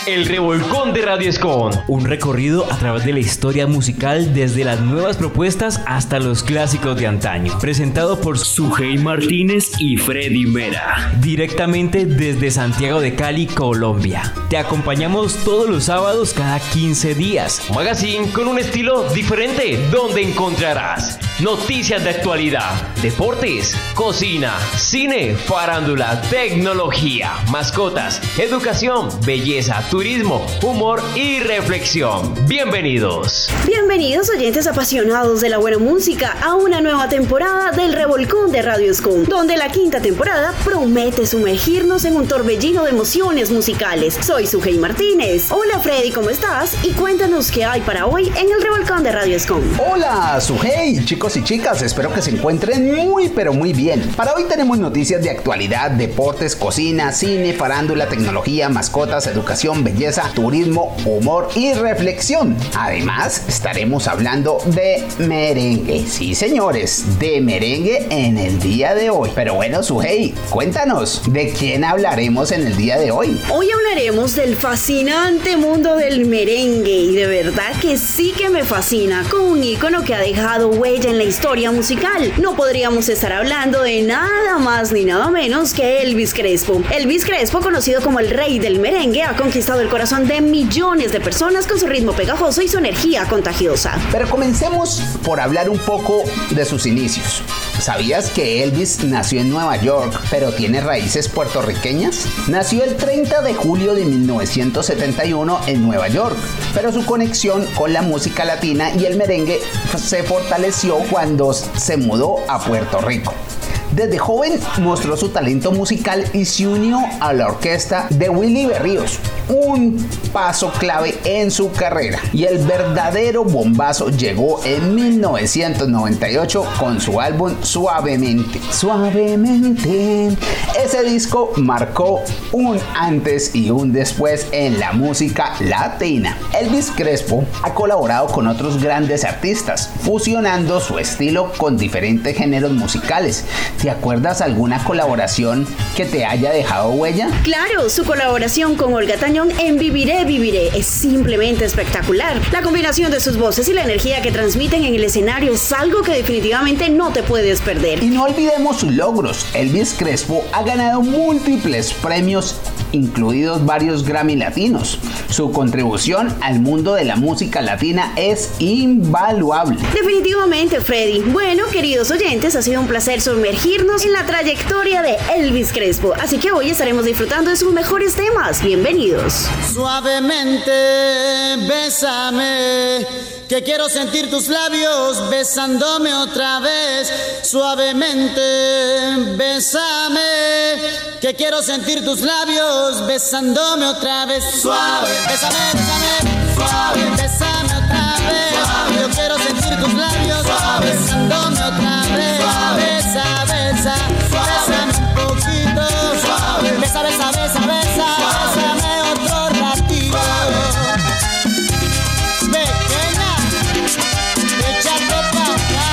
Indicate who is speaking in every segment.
Speaker 1: El Revolcón de Radio Escon.
Speaker 2: Un recorrido a través de la historia musical desde las nuevas propuestas hasta los clásicos de antaño. Presentado por
Speaker 3: Sujei Martínez y Freddy Mera.
Speaker 2: Directamente desde Santiago de Cali, Colombia. Te acompañamos todos los sábados cada 15 días.
Speaker 1: Un magazine con un estilo diferente donde encontrarás noticias de actualidad, deportes, cocina, cine, farándula, tecnología, mascotas, educación, belleza, turismo, humor y reflexión. Bienvenidos.
Speaker 4: Bienvenidos oyentes apasionados de la buena música a una nueva temporada del Revolcón de Radio Escon, donde la quinta temporada promete sumergirnos en un torbellino de emociones musicales. Soy Sujei Martínez. Hola Freddy, ¿cómo estás? Y cuéntanos qué hay para hoy en el Revolcón de Radio Escon.
Speaker 5: Hola Sujei, chicos y chicas, espero que se encuentren muy pero muy bien. Para hoy tenemos noticias de actualidad, deportes, cocina, cine, farándula, tecnología, mascotas, educación, belleza, turismo, humor y reflexión. Además, estaremos hablando de merengue. Sí, señores, de merengue en el día de hoy. Pero bueno, Sujei, cuéntanos, ¿de quién hablaremos en el día de hoy?
Speaker 4: Hoy hablaremos del fascinante mundo del merengue y de verdad que sí que me fascina, con un ícono que ha dejado huella en la historia musical. No podríamos estar hablando de nada más ni nada menos que Elvis Crespo. Elvis Crespo, conocido como el rey del merengue, ha conquistado el corazón de millones de personas con su ritmo pegajoso y su energía contagiosa.
Speaker 5: Pero comencemos por hablar un poco de sus inicios. ¿Sabías que Elvis nació en Nueva York, pero tiene raíces puertorriqueñas? Nació el 30 de julio de 1971 en Nueva York, pero su conexión con la música latina y el merengue se fortaleció cuando se mudó a Puerto Rico. Desde joven mostró su talento musical y se unió a la orquesta de Willy Berríos, un paso clave en su carrera. Y el verdadero bombazo llegó en 1998 con su álbum Suavemente. Suavemente. Ese disco marcó un antes y un después en la música latina. Elvis Crespo ha colaborado con otros grandes artistas, fusionando su estilo con diferentes géneros musicales. ¿Te acuerdas alguna colaboración que te haya dejado huella?
Speaker 4: Claro, su colaboración con Olga Tañón en Viviré, Viviré es simplemente espectacular. La combinación de sus voces y la energía que transmiten en el escenario es algo que definitivamente no te puedes perder.
Speaker 5: Y no olvidemos sus logros. Elvis Crespo ha ganado múltiples premios, incluidos varios Grammy latinos. Su contribución al mundo de la música latina es invaluable.
Speaker 4: Definitivamente, Freddy. Bueno, queridos oyentes, ha sido un placer sumergirnos en la trayectoria de Elvis Crespo, así que hoy estaremos disfrutando de sus mejores temas. Bienvenidos.
Speaker 6: Suavemente, bésame, que quiero sentir tus labios besándome otra vez. Suavemente, bésame, que quiero sentir tus labios besándome otra vez. Suave, bésame, bésame, suave, bésame otra vez. Suave. Yo quiero sentir tus labios suave, besándome otra vez. Suave. Besa, besa, bésame un poquito. Suave. Besa, besa, besa, besa, bésame otro ratito. Pequeña, échate pa' acá.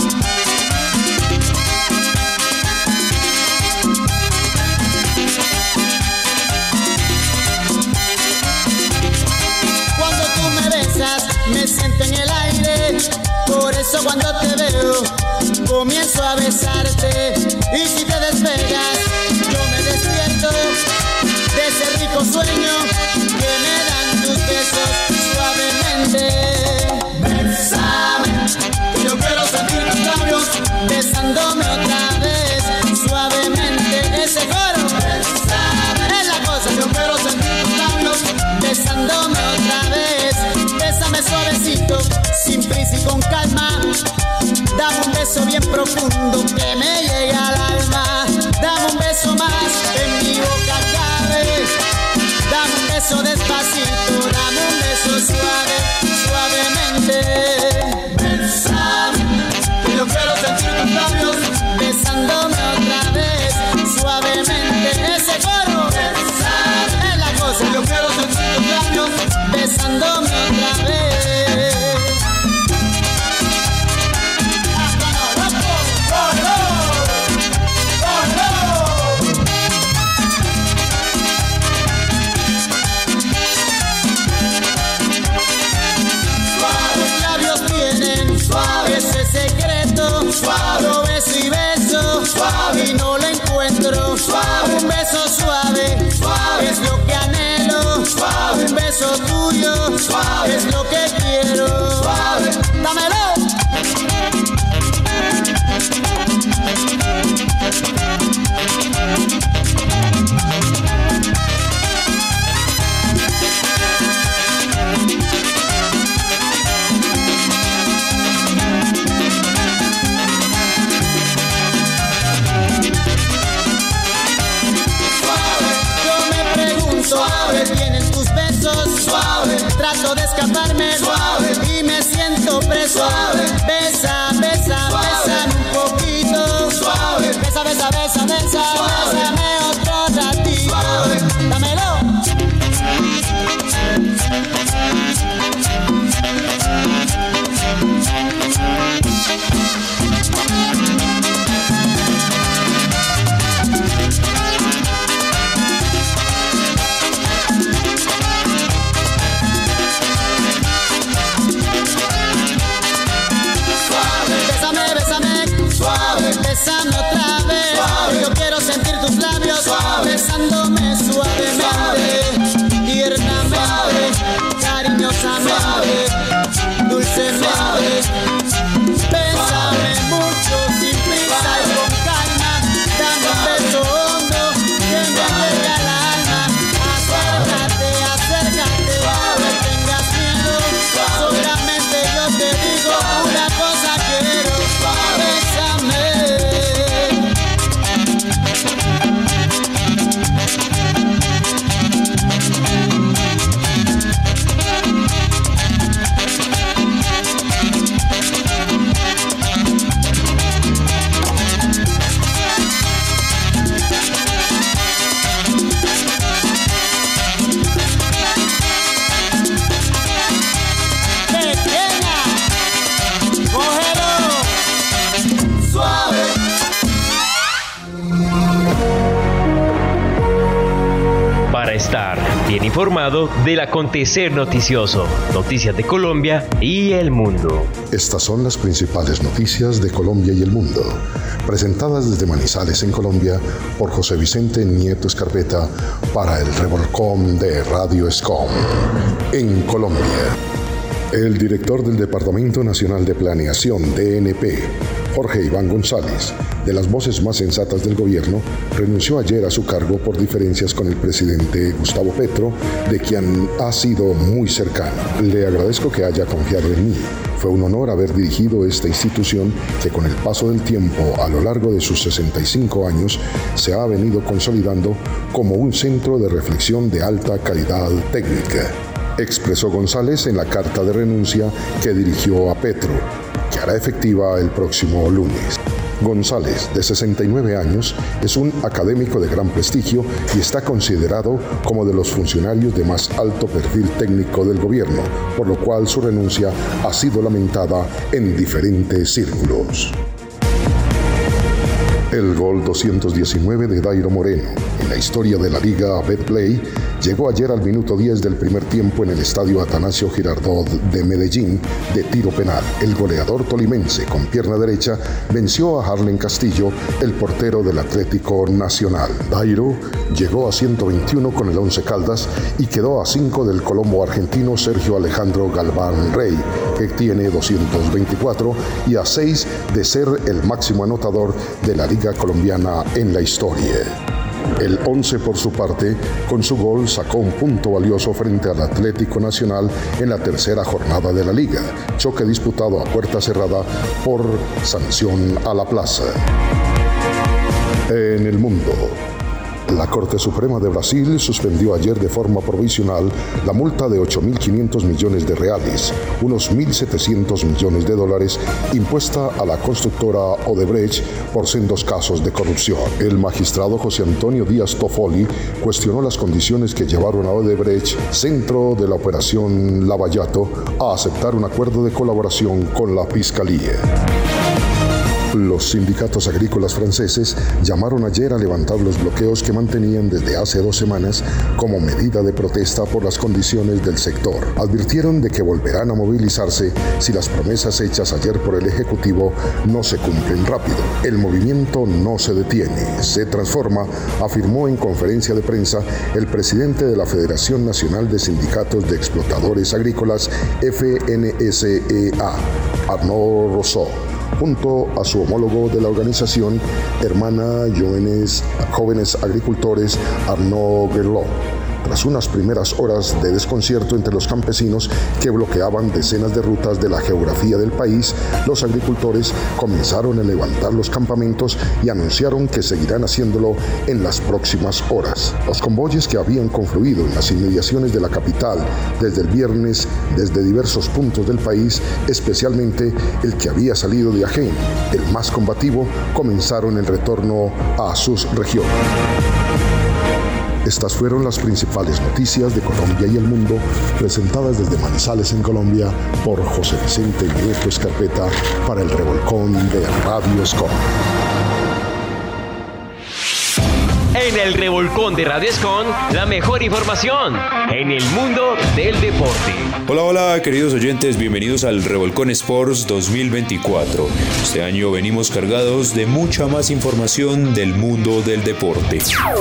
Speaker 6: Cuando tú me besas, me siento en el aire. Por eso cuando te veo, comienzo a besarte. Y si te despegas, yo me despierto de ese rico sueño que me dan tus besos suavemente. Bésame, yo quiero sentir tus labios besándome otra vez suavemente. Ese coro, bésame, es la cosa. Yo quiero sentir tus labios besándome otra vez. Bésame suavecito, sin prisa y con calma. Dame un beso bien profundo que me llegue al alma. Dame un beso más, en mi boca cabe. Dame un beso despacito, dame un beso suave, suavemente. Bésame, yo quiero sentir tus labios besándome otra vez, suavemente. Ese coro, bésame, es la cosa. Yo quiero sentir tus labios besándome otra vez. suave, tienen tus besos, suave, trato de escaparme, suave, y me siento preso, suave, besa, besa, bésame un poquito, suave, besa, besa, besa, besa, bésame otro ratito, suave, dámelo. Bésame otra vez, suave. Yo quiero sentir tus labios, suave. Besándome suavemente, tiernamente, cariñosamente, dulcemente. Bésame mucho, sin prisa y con calma. Dame un beso hondo que me llegue al alma. Acércate, acércate, no tengas miedo. Solamente yo te digo una cosa quiero. Bésame.
Speaker 1: Estar bien informado del acontecer noticioso, noticias de Colombia y el mundo.
Speaker 7: Estas son las principales noticias de Colombia y el mundo, presentadas desde Manizales en Colombia por José Vicente Nieto Escarpeta para el Revolcón de Radio Escom en Colombia. El director del Departamento Nacional de Planeación, DNP, Jorge Iván González, de las voces más sensatas del gobierno, renunció ayer a su cargo por diferencias con el presidente Gustavo Petro, de quien ha sido muy cercano. Le agradezco que haya confiado en mí. Fue un honor haber dirigido esta institución que con el paso del tiempo, a lo largo de sus 65 años, se ha venido consolidando como un centro de reflexión de alta calidad técnica, expresó González en la carta de renuncia que dirigió a Petro, que hará efectiva el próximo lunes. González, de 69 años, es un académico de gran prestigio y está considerado como de los funcionarios de más alto perfil técnico del gobierno, por lo cual su renuncia ha sido lamentada en diferentes círculos. El gol 219 de Dairo Moreno en la historia de la Liga Betplay llegó ayer al minuto 10 del primer tiempo en el estadio Atanasio Girardot de Medellín de tiro penal. El goleador tolimense con pierna derecha venció a Harlen Castillo, el portero del Atlético Nacional. Dairo llegó a 121 con el Once Caldas y quedó a 5 del colombo argentino Sergio Alejandro Galván Rey, que tiene 224, y a 6 de ser el máximo anotador de la Liga Colombiana en la historia. El Once, por su parte, con su gol sacó un punto valioso frente al Atlético Nacional en la tercera jornada de la Liga, choque disputado a puerta cerrada por sanción a la plaza. En el mundo, la Corte Suprema de Brasil suspendió ayer de forma provisional la multa de 8.500 millones de reales, unos 1.700 millones de dólares, impuesta a la constructora Odebrecht por sendos casos de corrupción. El magistrado José Antonio Díaz Toffoli cuestionó las condiciones que llevaron a Odebrecht, centro de la operación Lavallato, a aceptar un acuerdo de colaboración con la Fiscalía. Los sindicatos agrícolas franceses llamaron ayer a levantar los bloqueos que mantenían desde hace 2 semanas como medida de protesta por las condiciones del sector. Advirtieron de que volverán a movilizarse si las promesas hechas ayer por el Ejecutivo no se cumplen rápido. El movimiento no se detiene, se transforma, afirmó en conferencia de prensa el presidente de la Federación Nacional de Sindicatos de Explotadores Agrícolas, FNSEA, Arnaud Rousseau, junto a su homólogo de la organización hermana Jóvenes Agricultores, Arnaud Gerlot. Tras unas primeras horas de desconcierto entre los campesinos que bloqueaban decenas de rutas de la geografía del país, los agricultores comenzaron a levantar los campamentos y anunciaron que seguirán haciéndolo en las próximas horas. Los convoyes que habían confluido en las inmediaciones de la capital desde el viernes desde diversos puntos del país, especialmente el que había salido de Agen, el más combativo, comenzaron el retorno a sus regiones. Estas fueron las principales noticias de Colombia y el mundo, presentadas desde Manizales, en Colombia, por José Vicente Nieto Escarpeta para el Revolcón de Radio Escom.
Speaker 1: En el Revolcón de Radio Escom, la mejor información en el mundo del deporte.
Speaker 8: Hola queridos oyentes, bienvenidos al Revolcón Sports 2024. Este año venimos cargados de mucha más información del mundo del deporte.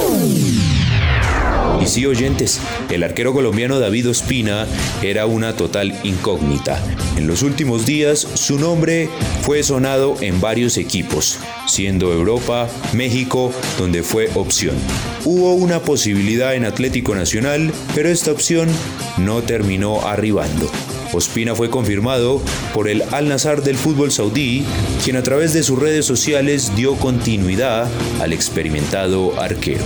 Speaker 8: Y sí, oyentes, el arquero colombiano David Ospina era una total incógnita. En los últimos días, su nombre fue sonado en varios equipos, siendo Europa, México, donde fue opción. Hubo una posibilidad en Atlético Nacional, pero esta opción no terminó arribando. Ospina fue confirmado por el Al-Nassr del fútbol saudí, quien a través de sus redes sociales dio continuidad al experimentado arquero.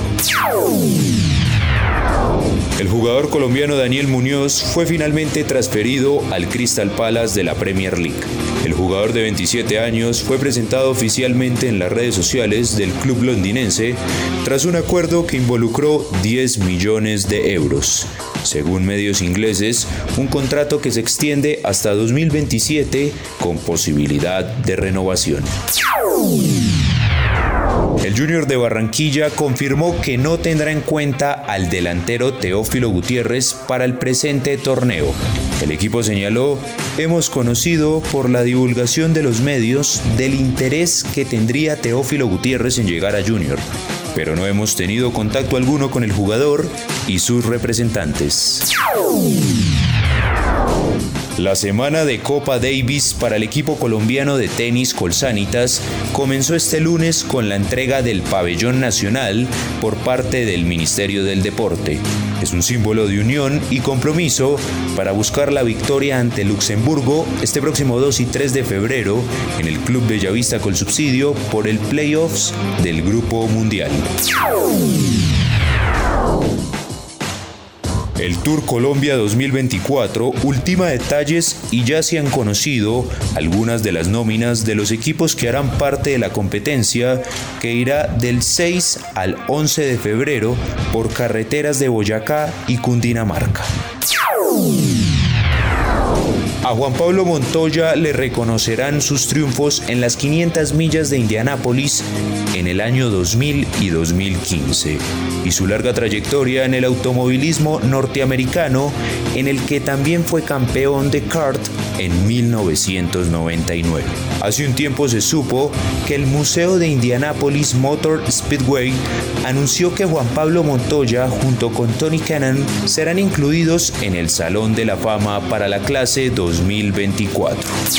Speaker 8: El jugador colombiano Daniel Muñoz fue finalmente transferido al Crystal Palace de la Premier League. El jugador de 27 años fue presentado oficialmente en las redes sociales del club londinense tras un acuerdo que involucró 10 millones de euros. Según medios ingleses, un contrato que se extiende hasta 2027 con posibilidad de renovación. El Junior de Barranquilla confirmó que no tendrá en cuenta al delantero Teófilo Gutiérrez para el presente torneo. El equipo señaló: hemos conocido por la divulgación de los medios del interés que tendría Teófilo Gutiérrez en llegar a Junior, pero no hemos tenido contacto alguno con el jugador y sus representantes. La semana de Copa Davis para el equipo colombiano de tenis Colsanitas comenzó este lunes con la entrega del pabellón nacional por parte del Ministerio del Deporte. Es un símbolo de unión y compromiso para buscar la victoria ante Luxemburgo este próximo 2 y 3 de febrero en el Club Bellavista Colsubsidio por el playoffs del Grupo Mundial. El Tour Colombia 2024 ultima detalles y ya se han conocido algunas de las nóminas de los equipos que harán parte de la competencia, que irá del 6 al 11 de febrero por carreteras de Boyacá y Cundinamarca. A Juan Pablo Montoya le reconocerán sus triunfos en las 500 millas de Indianápolis en el año 2000 y 2015 y su larga trayectoria en el automovilismo norteamericano, en el que también fue campeón de kart en 1999. Hace un tiempo se supo que el Museo de Indianapolis Motor Speedway anunció que Juan Pablo Montoya junto con Tony Kanaan serán incluidos en el Salón de la Fama para la clase 2024.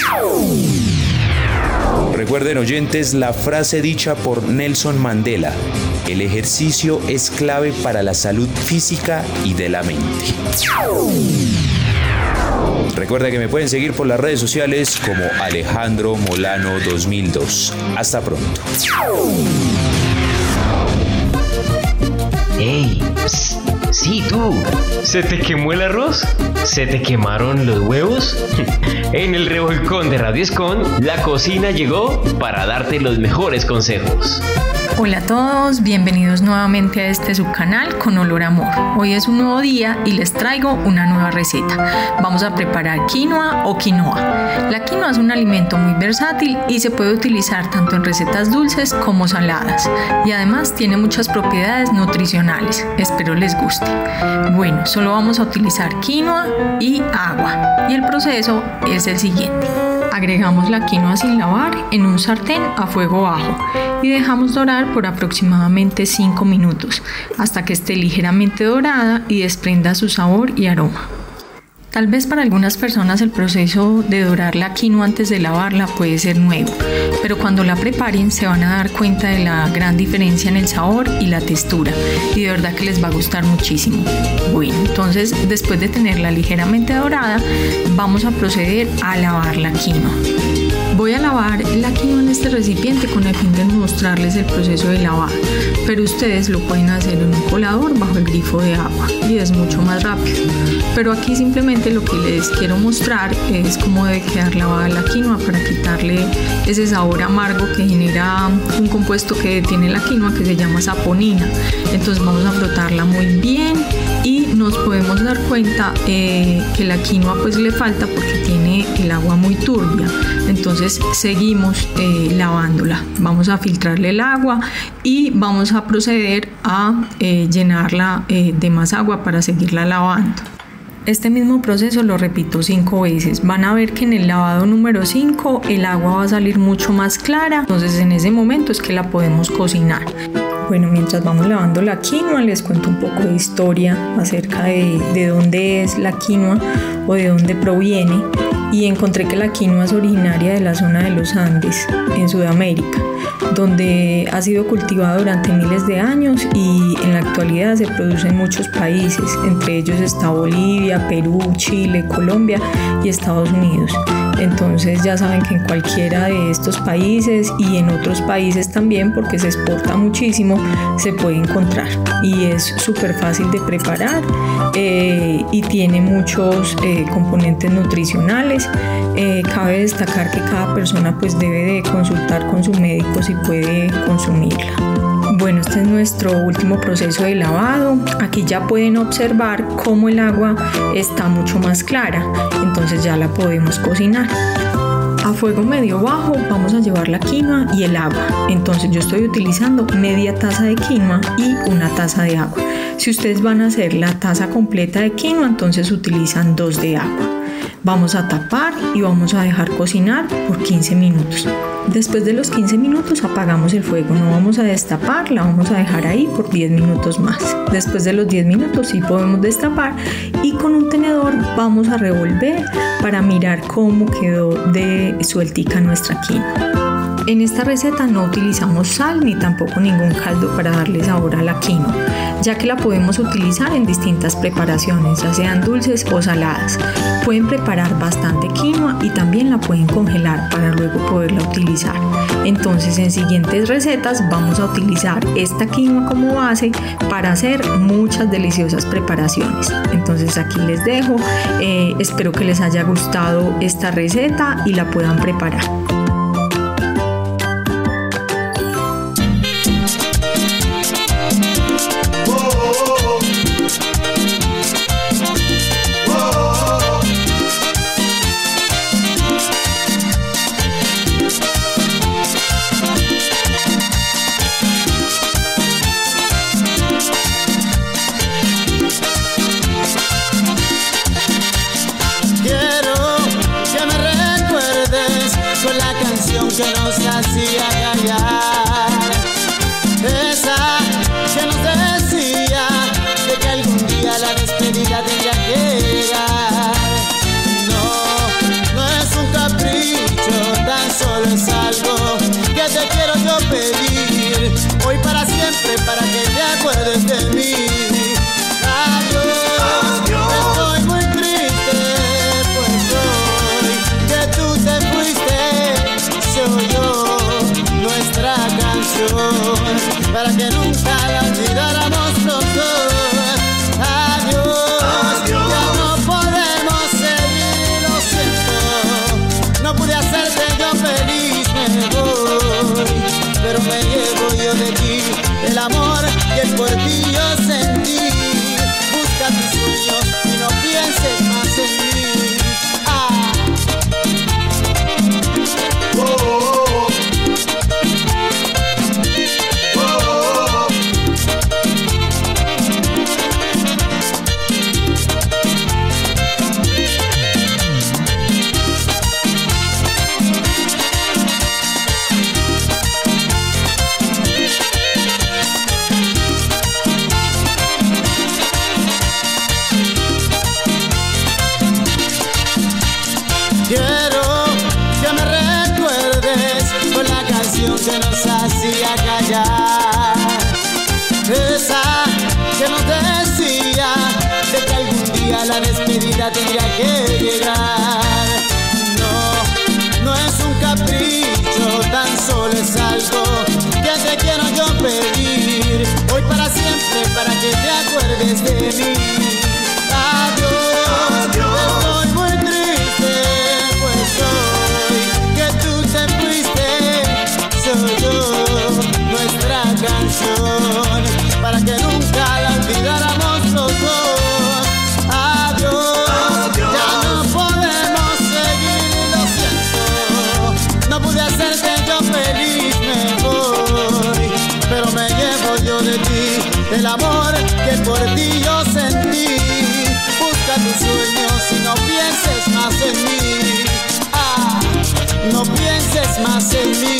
Speaker 8: Recuerden, oyentes, la frase dicha por Nelson Mandela: el ejercicio es clave para la salud física y de la mente. Recuerda que me pueden seguir por las redes sociales como Alejandro Molano 2002. Hasta pronto.
Speaker 1: ¡Ey! Psst, sí, tú. ¿Se te quemó el arroz? ¿Se te quemaron los huevos? En el Revolcón de Radio Escom, la cocina llegó para darte los mejores consejos.
Speaker 9: Hola a todos, bienvenidos nuevamente a este subcanal Con Olor a Amor. Hoy es un nuevo día y les traigo una nueva receta. Vamos a preparar quinoa o quinoa. La quinoa es un alimento muy versátil y se puede utilizar tanto en recetas dulces como saladas. Y además tiene muchas propiedades nutricionales. Espero les guste. Bueno, solo vamos a utilizar quinoa y agua. Y el proceso es el siguiente. Agregamos la quinoa sin lavar en un sartén a fuego bajo y dejamos dorar por aproximadamente 5 minutos hasta que esté ligeramente dorada y desprenda su sabor y aroma. Tal vez para algunas personas el proceso de dorar la quinoa antes de lavarla puede ser nuevo, pero cuando la preparen se van a dar cuenta de la gran diferencia en el sabor y la textura, y de verdad que les va a gustar muchísimo. Bueno, entonces después de tenerla ligeramente dorada, vamos a proceder a lavar la quinoa. Voy a lavar la quinoa en este recipiente con el fin de mostrarles el proceso de lavado, pero ustedes lo pueden hacer en un colador bajo el grifo de agua y es mucho más rápido. Pero aquí simplemente lo que les quiero mostrar es cómo debe quedar lavada la quinoa para quitarle ese sabor amargo que genera un compuesto que tiene la quinoa que se llama saponina. Entonces vamos a frotarla muy bien y nos podemos dar cuenta que la quinoa pues le falta porque tiene el agua muy turbia. Entonces seguimos lavándola. Vamos a filtrarle el agua y vamos a proceder a llenarla de más agua para seguirla lavando. Este mismo proceso lo repito 5 veces. Van a ver que en el lavado número 5 el agua va a salir mucho más clara. Entonces en ese momento es que la podemos cocinar. Bueno, mientras vamos lavando la quinoa, les cuento un poco de historia acerca de dónde es la quinoa o de dónde proviene. Y encontré que la quinoa es originaria de la zona de los Andes, en Sudamérica, donde ha sido cultivada durante miles de años y en la actualidad se produce en muchos países, entre ellos está Bolivia, Perú, Chile, Colombia y Estados Unidos. Entonces ya saben que en cualquiera de estos países y en otros países también, porque se exporta muchísimo, se puede encontrar y es súper fácil de preparar y tiene muchos componentes nutricionales. Cabe destacar que cada persona pues debe de consultar con su médico si puede consumirla. Bueno, este es nuestro último proceso de lavado. Aquí ya pueden observar cómo el agua está mucho más clara, entonces ya la podemos cocinar. A fuego medio bajo vamos a llevar la quinoa y el agua. Entonces yo estoy utilizando media taza de quinoa y una taza de agua. Si ustedes van a hacer la taza completa de quinoa, entonces utilizan 2 de agua. Vamos a tapar y vamos a dejar cocinar por 15 minutos. Después de los 15 minutos apagamos el fuego, no vamos a destapar, la vamos a dejar ahí por 10 minutos más. Después de los 10 minutos sí podemos destapar y con un tenedor vamos a revolver para mirar cómo quedó de sueltica nuestra quinoa. En esta receta no utilizamos sal ni tampoco ningún caldo para darle sabor a la quinoa, ya que la podemos utilizar en distintas preparaciones, ya sean dulces o saladas. Pueden preparar bastante quinoa y también la pueden congelar para luego poderla utilizar. Entonces en siguientes recetas vamos a utilizar esta quinoa como base para hacer muchas deliciosas preparaciones. Entonces aquí les dejo, espero que les haya gustado esta receta y la puedan preparar.
Speaker 6: Que nos hacía callar, esa que nos decía de que algún día la despedida tendría que llegar. No es un capricho, tan solo es algo que te quiero yo pedir, hoy para siempre, para que te acuerdes de mí. Adiós, estoy muy triste, pues hoy que tú te fuiste, yo nuestra canción para que nunca la olvidáramos los dos. Adiós, ya no podemos seguir, lo siento, no pude hacerte yo feliz, me voy, pero me llevo yo de ti el amor que por ti yo sé. se nos hacía callar. Esa que nos decía de que algún día la despedida tendría que llegar. No es un capricho, tan solo es algo que te quiero yo pedir. Hoy para siempre, para que te acuerdes de mí. Adiós, estoy muy triste, pues hoy que tú te fuiste, soy yo, nuestra canción, para que nunca la olvidáramos los dos. Adiós, ya no podemos seguir, lo siento, no pude hacerte yo feliz, me voy, pero me llevo yo de ti el amor que por ti yo sentí. Busca tus sueños y no pienses más en mí. No pienses más en mí.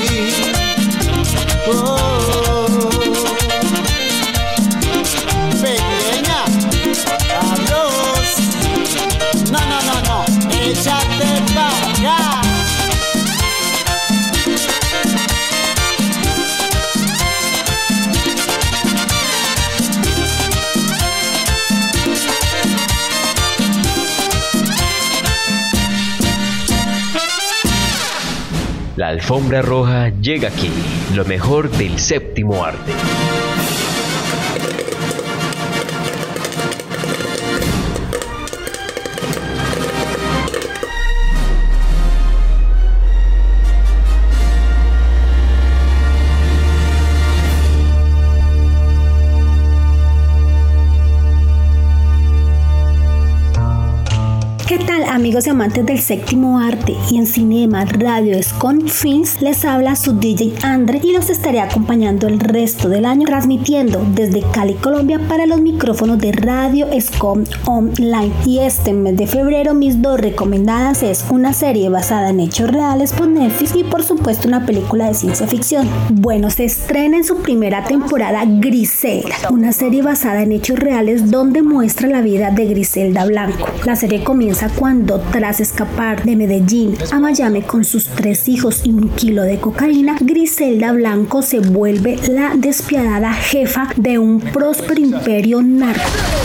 Speaker 6: Pequeña, adiós. No, échate pa' acá.
Speaker 1: La alfombra roja llega aquí, lo mejor del séptimo arte.
Speaker 10: ¿Qué tal, amigos y amantes del séptimo arte? Y en Cinema Radio Escom Films les habla su DJ Andre y los estaré acompañando el resto del año transmitiendo desde Cali, Colombia para los micrófonos de Radio Escom Online. Y este mes de febrero mis dos recomendadas es una serie basada en hechos reales por Netflix y por supuesto una película de ciencia ficción. Bueno, se estrena en su primera temporada Griselda, una serie basada en hechos reales donde muestra la vida de Griselda Blanco. La serie comienza cuando, tras escapar de Medellín a Miami con sus 3 hijos y 1 kilo de cocaína, Griselda Blanco se vuelve la despiadada jefa de un próspero imperio narco.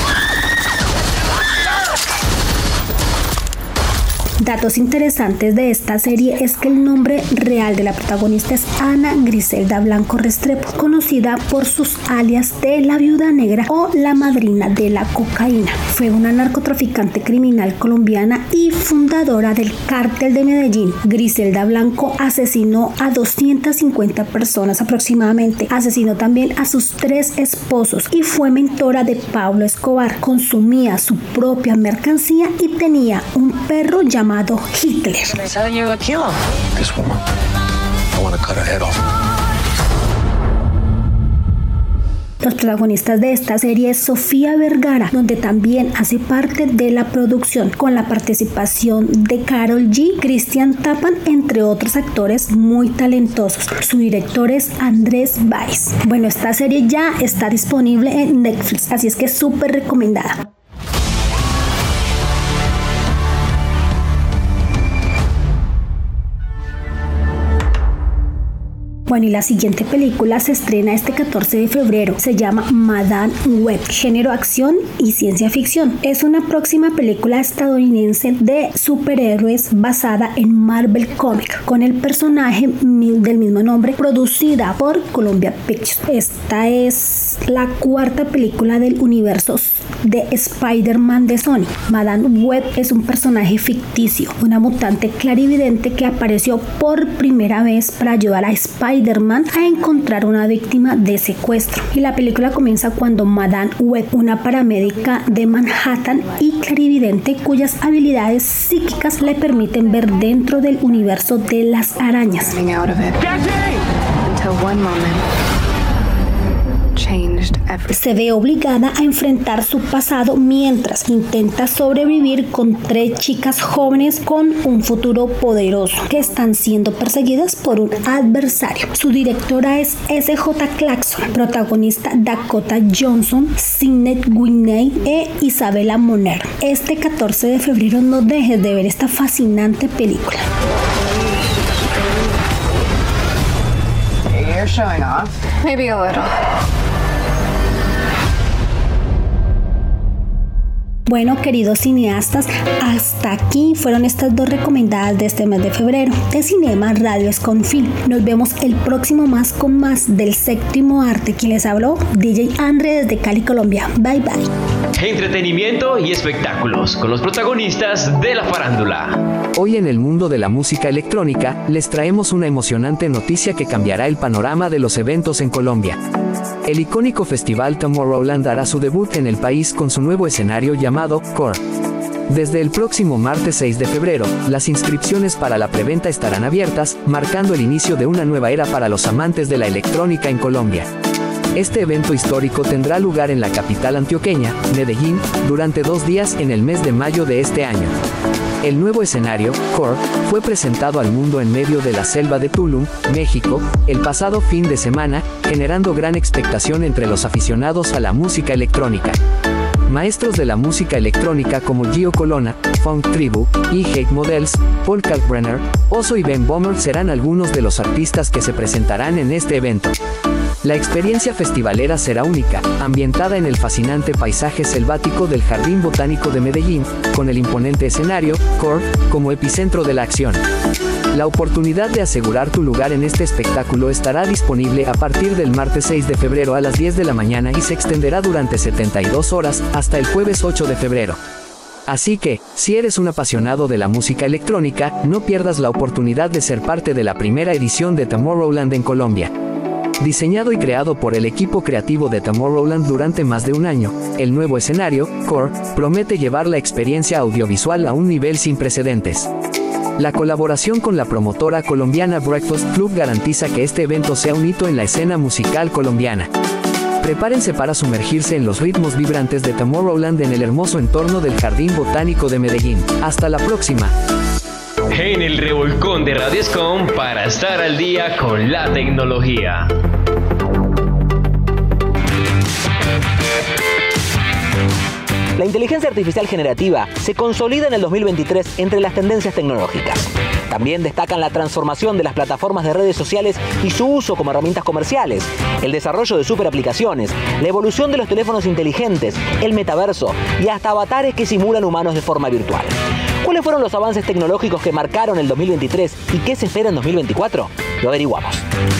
Speaker 10: Datos interesantes de esta serie es que el nombre real de la protagonista es Ana Griselda Blanco Restrepo, conocida por sus alias de la Viuda Negra o la Madrina de la Cocaína. Fue una narcotraficante criminal colombiana y fundadora del Cártel de Medellín. Griselda Blanco asesinó a 250 personas aproximadamente. Asesinó también a sus 3 esposos y fue mentora de Pablo Escobar. Consumía su propia mercancía y tenía un perro llamado Hitler. Los protagonistas de esta serie es Sofía Vergara, donde también hace parte de la producción, con la participación de Karol G, Cristian Tapan, entre otros actores muy talentosos. Su director es Andrés Valls. Bueno, esta serie ya está disponible en Netflix, así es que es súper recomendada. Bueno, y la siguiente película se estrena este 14 de febrero. Se llama Madame Web, género acción y ciencia ficción. Es una próxima película estadounidense de superhéroes basada en Marvel Comics, con el personaje del mismo nombre, producida por Columbia Pictures. Esta es la 4ª película del universo de Spider-Man de Sony. Madame Web es un personaje ficticio, una mutante clarividente que apareció por primera vez para ayudar a Spider-Man a encontrar una víctima de secuestro. Y la película comienza cuando Madame Web, una paramédica de Manhattan y clarividente cuyas habilidades psíquicas le permiten ver dentro del universo de las arañas. Se ve obligada a enfrentar su pasado mientras intenta sobrevivir con 3 chicas jóvenes con un futuro poderoso que están siendo perseguidas por un adversario. Su directora es S.J. Clarkson, protagonista Dakota Johnson, Sidney Sweeney e Isabella Moner. Este 14 de febrero no dejes de ver esta fascinante película.
Speaker 11: you're showing off. Maybe a little.
Speaker 10: Bueno, queridos cineastas, hasta aquí fueron estas 2 recomendadas de este mes de febrero de Cinema Radio Escom Film. Nos vemos el próximo más con más del séptimo arte. Quien les habló, DJ Andre desde Cali, Colombia. Bye bye.
Speaker 1: Entretenimiento y espectáculos con los protagonistas de la farándula.
Speaker 12: Hoy en el mundo de la música electrónica, les traemos una emocionante noticia que cambiará el panorama de los eventos en Colombia. El icónico festival Tomorrowland hará su debut en el país con su nuevo escenario llamado Core. Desde el próximo martes 6 de febrero, las inscripciones para la preventa estarán abiertas, marcando el inicio de una nueva era para los amantes de la electrónica en Colombia. Este evento histórico tendrá lugar en la capital antioqueña, Medellín, durante 2 días en el mes de mayo de este año. El nuevo escenario, Core, fue presentado al mundo en medio de la selva de Tulum, México, el pasado fin de semana, generando gran expectación entre los aficionados a la música electrónica. Maestros de la música electrónica como Gio Colonna, Funk Tribu, y Hate Models, Paul Kalkbrenner, Oso y Ben Bomer serán algunos de los artistas que se presentarán en este evento. La experiencia festivalera será única, ambientada en el fascinante paisaje selvático del Jardín Botánico de Medellín, con el imponente escenario, Core, como epicentro de la acción. La oportunidad de asegurar tu lugar en este espectáculo estará disponible a partir del martes 6 de febrero a las 10 de la mañana y se extenderá durante 72 horas hasta el jueves 8 de febrero. Así que, si eres un apasionado de la música electrónica, no pierdas la oportunidad de ser parte de la primera edición de Tomorrowland en Colombia. Diseñado y creado por el equipo creativo de Tomorrowland durante más de un año, el nuevo escenario, Core, promete llevar la experiencia audiovisual a un nivel sin precedentes. La colaboración con la promotora colombiana Breakfast Club garantiza que este evento sea un hito en la escena musical colombiana. Prepárense para sumergirse en los ritmos vibrantes de Tomorrowland en el hermoso entorno del Jardín Botánico de Medellín. Hasta la próxima.
Speaker 1: En el revolcón de Radio Escom para estar al día con la tecnología.
Speaker 13: La inteligencia artificial generativa se consolida en el 2023 entre las tendencias tecnológicas. También destacan la transformación de las plataformas de redes sociales y su uso como herramientas comerciales, el desarrollo de superaplicaciones, la evolución de los teléfonos inteligentes, el metaverso y hasta avatares que simulan humanos de forma virtual. ¿Cuáles fueron los avances tecnológicos que marcaron el 2023 y qué se espera en 2024? Lo averiguamos.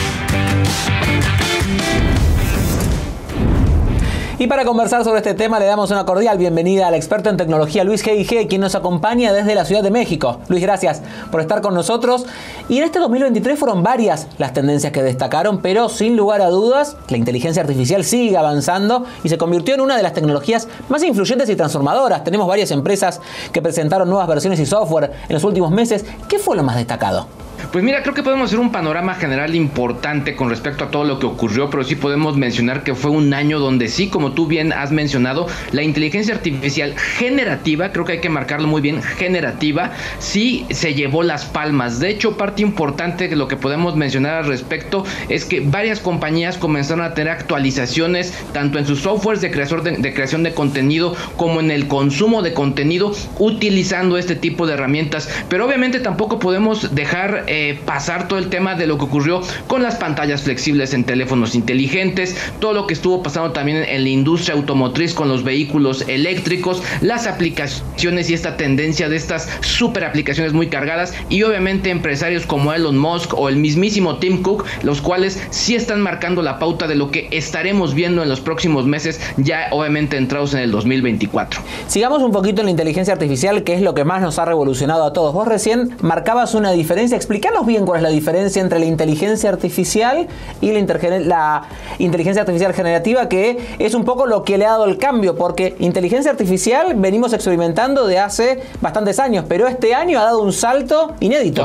Speaker 13: Y para conversar sobre este tema le damos una cordial bienvenida al experto en tecnología Luis G.I.G., quien nos acompaña desde la Ciudad de México. Luis, gracias por estar con nosotros. Y en este 2023 fueron varias las tendencias que destacaron, pero sin lugar a dudas, la inteligencia artificial sigue avanzando y se convirtió en una de las tecnologías más influyentes y transformadoras. Tenemos varias empresas que presentaron nuevas versiones y software en los últimos meses. ¿Qué fue lo más destacado?
Speaker 14: Pues mira, creo que podemos hacer un panorama general importante con respecto a todo lo que ocurrió, pero sí podemos mencionar que fue un año donde sí, como tú bien has mencionado, la inteligencia artificial generativa, creo que hay que marcarlo muy bien, generativa, sí se llevó las palmas. De hecho, parte importante de lo que podemos mencionar al respecto es que varias compañías comenzaron a tener actualizaciones tanto en sus softwares de creación de contenido como en el consumo de contenido utilizando este tipo de herramientas, pero obviamente tampoco podemos dejar pasar todo el tema de lo que ocurrió con las pantallas flexibles en teléfonos inteligentes, todo lo que estuvo pasando también en la industria automotriz con los vehículos eléctricos, las aplicaciones y esta tendencia de estas super aplicaciones muy cargadas y obviamente empresarios como Elon Musk o el mismísimo Tim Cook, los cuales sí están marcando la pauta de lo que estaremos viendo en los próximos meses, ya obviamente entrados en el 2024.
Speaker 13: Sigamos un poquito en la inteligencia artificial, que es lo que más nos ha revolucionado a todos. Vos recién marcabas una diferencia. Explícanos bien cuál es la diferencia entre la inteligencia artificial y la inteligencia artificial generativa, que es un poco lo que le ha dado el cambio, porque inteligencia artificial venimos experimentando de hace bastantes años, pero este año ha dado un salto inédito.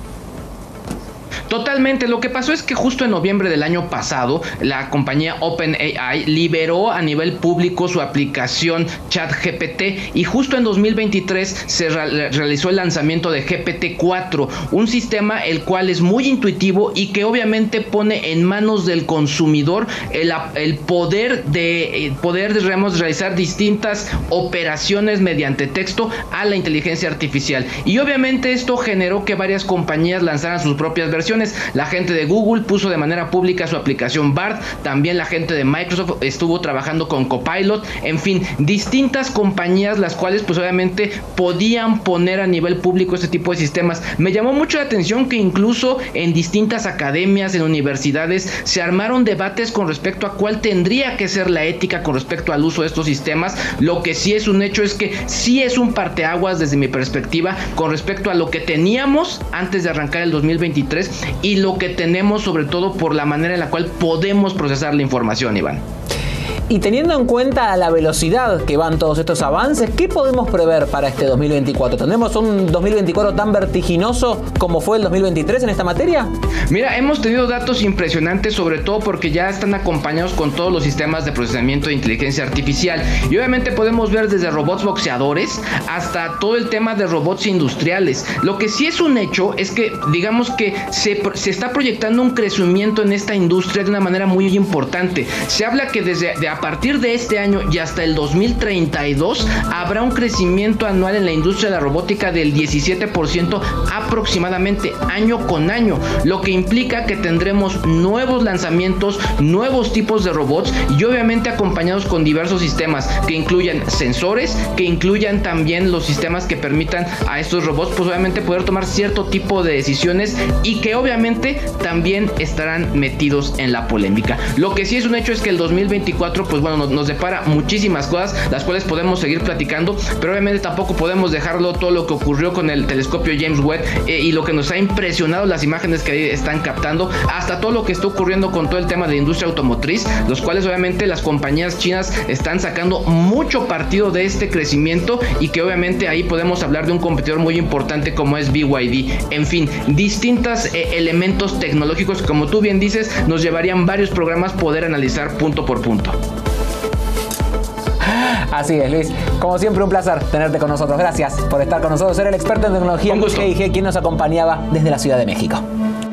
Speaker 14: Totalmente, lo que pasó es que justo en noviembre del año pasado, la compañía OpenAI liberó a nivel público su aplicación ChatGPT y justo en 2023 se realizó el lanzamiento de GPT-4, un sistema el cual es muy intuitivo y que obviamente pone en manos del consumidor el poder de realizar distintas operaciones mediante texto a la inteligencia artificial. Y obviamente esto generó que varias compañías lanzaran sus propias versiones. aplicaciones. La gente de Google puso de manera pública su aplicación BART. También la gente de Microsoft estuvo trabajando con Copilot. En fin, distintas compañías las cuales pues obviamente podían poner a nivel público este tipo de sistemas. Me llamó mucho la atención que incluso en distintas academias, en universidades, se armaron debates con respecto a cuál tendría que ser la ética con respecto al uso de estos sistemas. Lo que sí es un hecho es que sí es un parteaguas desde mi perspectiva con respecto a lo que teníamos antes de arrancar el 2023 y lo que tenemos sobre todo por la manera en la cual podemos procesar la información, Iván.
Speaker 13: Y teniendo en cuenta la velocidad que van todos estos avances, ¿qué podemos prever para este 2024? ¿Tendremos un 2024 tan vertiginoso como fue el 2023 en esta materia?
Speaker 14: Mira, hemos tenido datos impresionantes, sobre todo porque ya están acompañados con todos los sistemas de procesamiento de inteligencia artificial. Y obviamente podemos ver desde robots boxeadores hasta todo el tema de robots industriales. Lo que sí es un hecho es que, digamos que se está proyectando un crecimiento en esta industria de una manera muy importante. Se habla que a partir de este año y hasta el 2032 habrá un crecimiento anual en la industria de la robótica del 17% aproximadamente año con año, lo que implica que tendremos nuevos lanzamientos, nuevos tipos de robots y obviamente acompañados con diversos sistemas que incluyan sensores, que incluyan también los sistemas que permitan a estos robots pues obviamente poder tomar cierto tipo de decisiones y que obviamente también estarán metidos en la polémica. Lo que sí es un hecho es que el 2024 pues bueno, nos depara muchísimas cosas, las cuales podemos seguir platicando, pero obviamente tampoco podemos dejarlo todo lo que ocurrió con el telescopio James Webb y lo que nos ha impresionado las imágenes que ahí están captando, hasta todo lo que está ocurriendo con todo el tema de la industria automotriz, los cuales obviamente las compañías chinas están sacando mucho partido de este crecimiento y que obviamente ahí podemos hablar de un competidor muy importante como es BYD. En fin, distintos elementos tecnológicos que, como tú bien dices, nos llevarían varios programas poder analizar punto por punto.
Speaker 13: Así es, Luis. Como siempre, un placer tenerte con nosotros. Gracias por estar con nosotros. Era el experto en tecnología Luis G.I.G., quien nos acompañaba desde la Ciudad de México.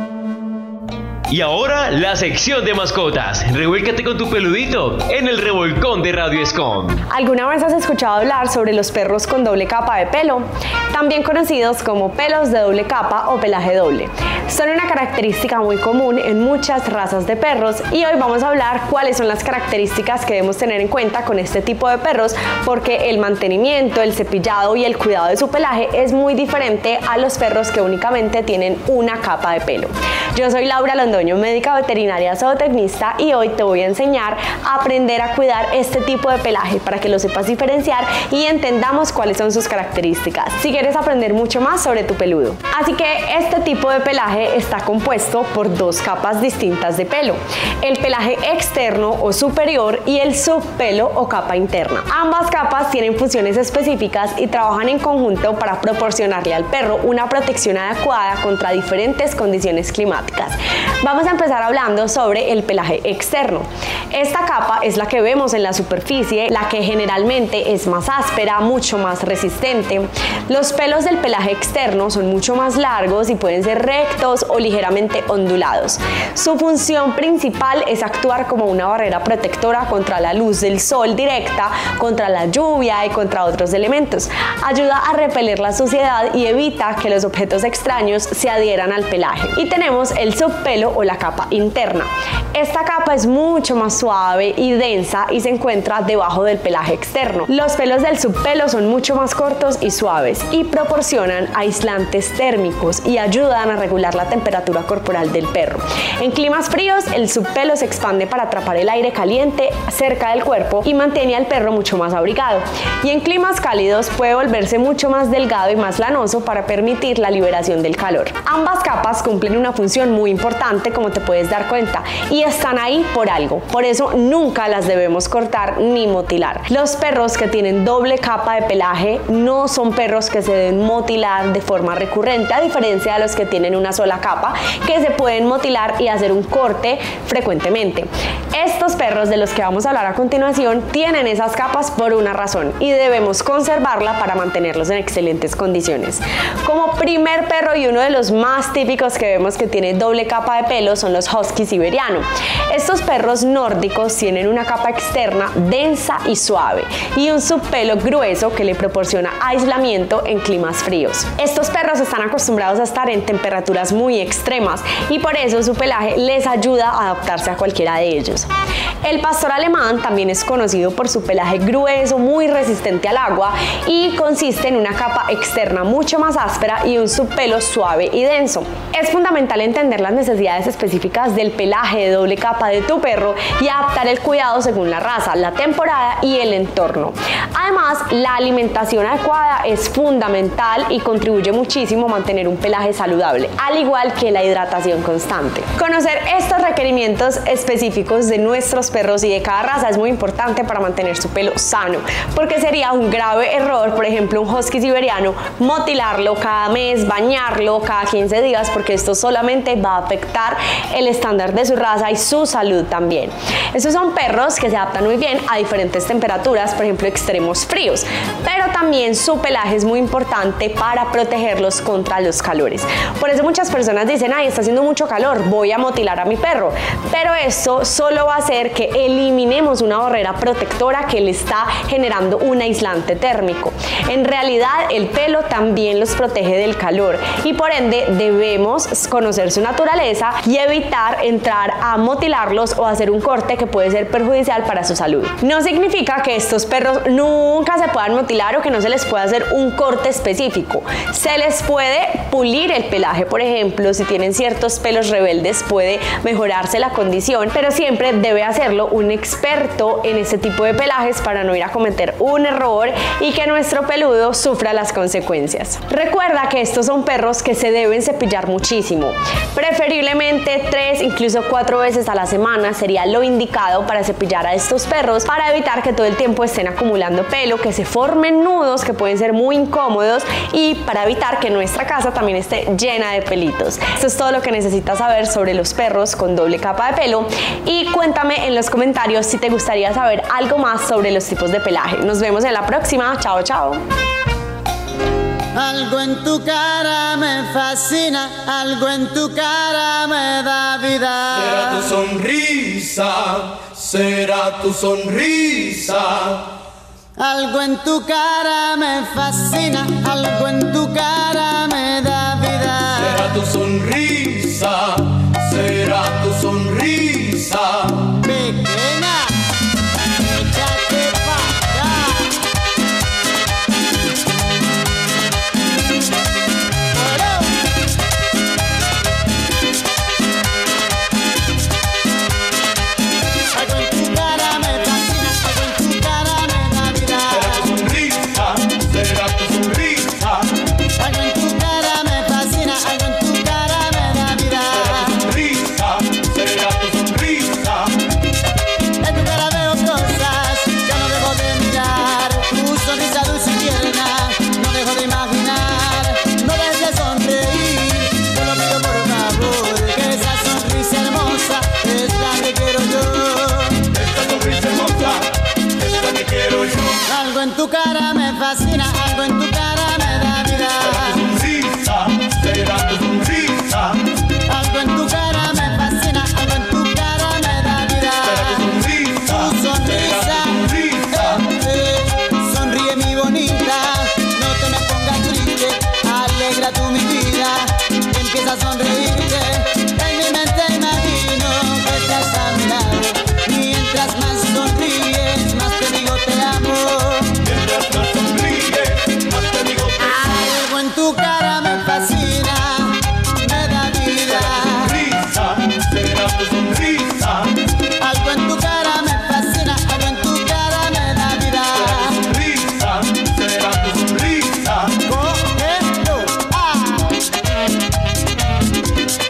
Speaker 1: Y ahora la sección de mascotas. Revuélcate con tu peludito en el revolcón de Radio ESCOM.
Speaker 15: ¿Alguna vez has escuchado hablar sobre los perros con doble capa de pelo? También conocidos como pelos de doble capa o pelaje doble. Son una característica muy común en muchas razas de perros y hoy vamos a hablar cuáles son las características que debemos tener en cuenta con este tipo de perros, porque el mantenimiento, el cepillado y el cuidado de su pelaje es muy diferente a los perros que únicamente tienen una capa de pelo. Yo soy Laura Londoño, médica veterinaria zootecnista, y hoy te voy a enseñar a aprender a cuidar este tipo de pelaje para que lo sepas diferenciar y entendamos cuáles son sus características si quieres aprender mucho más sobre tu peludo. Así que este tipo de pelaje está compuesto por dos capas distintas de pelo: el pelaje externo o superior y el subpelo o capa interna. Ambas capas tienen funciones específicas y trabajan en conjunto para proporcionarle al perro una protección adecuada contra diferentes condiciones climáticas. Vamos a empezar hablando sobre el pelaje externo. Esta capa es la que vemos en la superficie, la que generalmente es más áspera, mucho más resistente. Los pelos del pelaje externo son mucho más largos y pueden ser rectos o ligeramente ondulados. Su función principal es actuar como una barrera protectora contra la luz del sol directa, contra la lluvia y contra otros elementos. Ayuda a repeler la suciedad y evita que los objetos extraños se adhieran al pelaje. Y tenemos el subpelo o la capa interna. Esta capa es mucho más suave y densa y se encuentra debajo del pelaje externo. Los pelos del subpelo son mucho más cortos y suaves y proporcionan aislantes térmicos y ayudan a regular la temperatura corporal del perro. En climas fríos, el subpelo se expande para atrapar el aire caliente cerca del cuerpo y mantiene al perro mucho más abrigado. Y en climas cálidos puede volverse mucho más delgado y más lanoso para permitir la liberación del calor. Ambas capas cumplen una función muy importante, como te puedes dar cuenta, y están ahí por algo. Por eso nunca las debemos cortar ni motilar. Los perros que tienen doble capa de pelaje no son perros que se deben motilar de forma recurrente, a diferencia de los que tienen una sola capa, que se pueden motilar y hacer un corte frecuentemente. Estos perros de los que vamos a hablar a continuación tienen esas capas por una razón y debemos conservarla para mantenerlos en excelentes condiciones. Como primer perro y uno de los más típicos que vemos que tiene doble capa de pelo son los husky siberiano. Estos perros nórdicos tienen una capa externa densa y suave y un subpelo grueso que le proporciona aislamiento en climas fríos. Estos perros están acostumbrados a estar en temperaturas muy extremas y por eso su pelaje les ayuda a adaptarse a cualquiera de ellos. El pastor alemán también es conocido por su pelaje grueso, muy resistente al agua y consiste en una capa externa mucho más áspera y un subpelo suave y denso. Es fundamental entender las necesidades específicas del pelaje de doble capa de tu perro y adaptar el cuidado según la raza, la temporada y el entorno. Además, la alimentación adecuada es fundamental y contribuye muchísimo a mantener un pelaje saludable, al igual que la hidratación constante. Conocer estos requerimientos específicos de nuestros perros y de cada raza es muy importante para mantener su pelo sano, porque sería un grave error, por ejemplo, un husky siberiano, motilarlo cada mes, bañarlo cada 15 días, porque esto solamente va a afectar el estándar de su raza y su salud también. Estos son perros que se adaptan muy bien a diferentes temperaturas, por ejemplo, extremos fríos, pero también su pelaje es muy importante para protegerlos contra los calores. Por eso muchas personas dicen, ay, está haciendo mucho calor, voy a motilar a mi perro, pero esto solo va a hacer que eliminemos una barrera protectora que le está generando un aislante térmico. En realidad, el pelo también los protege del calor y por ende debemos conocer su naturaleza y evitar entrar a motilarlos o hacer un corte que puede ser perjudicial para su salud. No significa que estos perros nunca se puedan motilar o que no se les pueda hacer un corte específico. Se les puede pulir el pelaje, por ejemplo, si tienen ciertos pelos rebeldes puede mejorarse la condición, pero siempre debe hacerlo un experto en este tipo de pelajes para no ir a cometer un error y que nuestro peludo sufra las consecuencias. Recuerda que estos son perros que se deben cepillar muchísimo, preferiblemente 3, incluso 4 veces a la semana sería lo indicado para cepillar a estos perros, para evitar que todo el tiempo estén acumulando pelo, que se formen nudos que pueden ser muy incómodos y para evitar que nuestra casa también esté llena de pelitos. Esto es todo lo que necesitas saber sobre los perros con doble capa de pelo y cuéntame en los comentarios si te gustaría saber algo más sobre los tipos de pelaje. Nos vemos en la próxima. Chao, chao.
Speaker 6: Algo en tu cara me fascina, algo en tu cara me da vida.
Speaker 16: Será tu sonrisa, será tu sonrisa.
Speaker 6: Algo en tu cara me fascina, algo en tu cara me da vida.
Speaker 16: Será tu sonrisa, será tu sonrisa.
Speaker 6: Pequeña, échate pa' acá. Algo en tu cara me fascina, algo en tu cara me da vida.
Speaker 16: Será tu sonrisa,
Speaker 6: Algo en tu cara me fascina, algo en tu cara me da vida.
Speaker 16: será tu sonrisa.
Speaker 6: En tu cara veo cosas, ya no dejo de mirar. Tu sonrisa dulce y tierna, no dejo de imaginar. No dejes de sonreír, te lo pido por favor. Que esa sonrisa hermosa es la que quiero yo.
Speaker 16: Esta sonrisa hermosa es la que quiero yo.
Speaker 6: Algo en tu cara me fascina, algo en tu cara me da vida.
Speaker 16: Será tu sonrisa.
Speaker 6: Algo en tu cara me fascina, algo en tu cara me da vida. Tu sonrisa, sonríe mi bonita, no te me pongas triste, alegra tú mi vida, empieza a sonreírte, en mi mente imagino que estás a mi lado, mientras más sonríes, más te digo te amo.
Speaker 16: Mientras más sonríes, más te digo te amo.
Speaker 6: Algo en tu cara me fascina, me da vida.
Speaker 16: Será tu sonrisa.
Speaker 6: Algo en tu cara me fascina, algo en tu cara me da vida.
Speaker 16: Será tu sonrisa.
Speaker 6: Cógelo,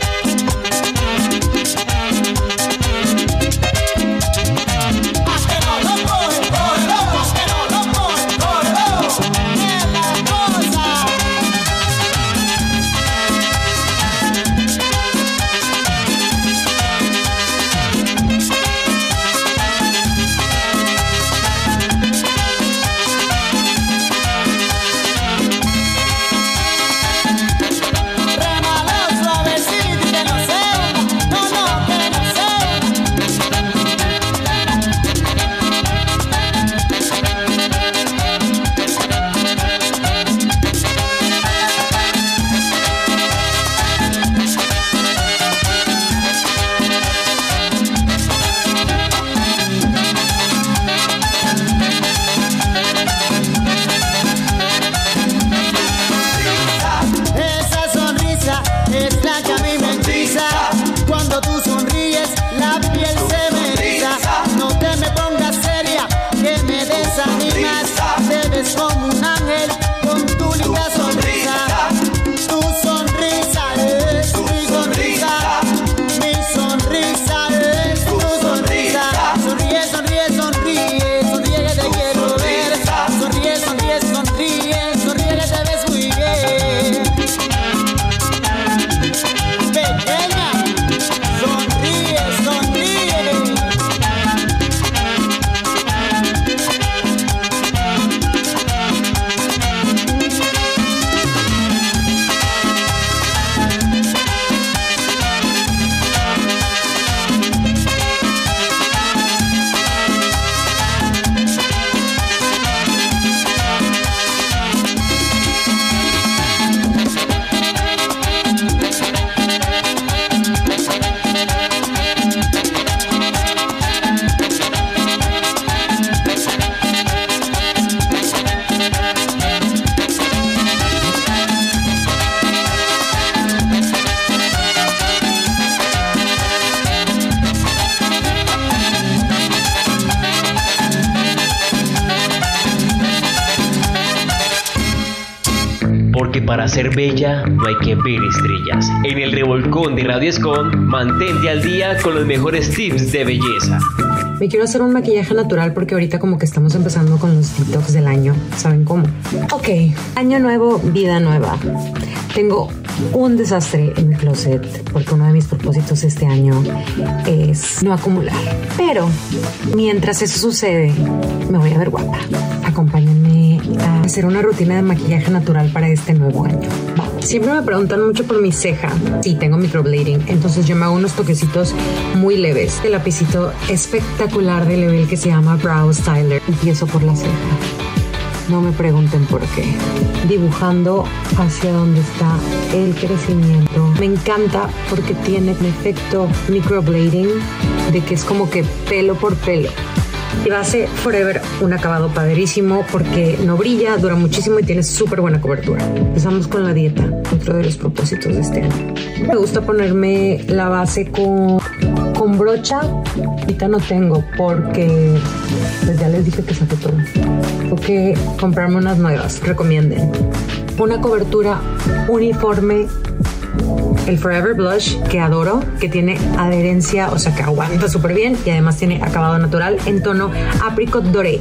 Speaker 1: porque para ser bella no hay que ver estrellas. En el revolcón de Radio Escon, mantente al día con los mejores tips de belleza.
Speaker 17: Me quiero hacer un maquillaje natural porque ahorita como que estamos empezando con los detox del año. ¿Saben cómo? Ok, año nuevo, vida nueva. Tengo un desastre en mi closet porque uno de mis propósitos este año es no acumular. Pero mientras eso sucede, me voy a ver guapa. Acompáñenme a hacer una rutina de maquillaje natural para este nuevo año. Siempre me preguntan mucho por mi ceja. Sí, tengo microblading, entonces yo me hago unos toquecitos muy leves. El lapicito espectacular de Level que se llama Brow Styler. Empiezo por la ceja. No me pregunten por qué. Dibujando hacia donde está el crecimiento. Me encanta porque tiene un efecto microblading de que es como que pelo por pelo. Y base Forever, un acabado padrísimo porque no brilla, dura muchísimo y tiene súper buena cobertura. Empezamos con la dieta, otro de los propósitos de este año. Me gusta ponerme la base con brocha. Ahorita no tengo porque pues ya les dije que saqué todo. Tengo que comprarme unas nuevas, recomienden. Una cobertura uniforme. El Forever Blush, que adoro, que tiene adherencia, o sea que aguanta súper bien y además tiene acabado natural en tono Apricot Doré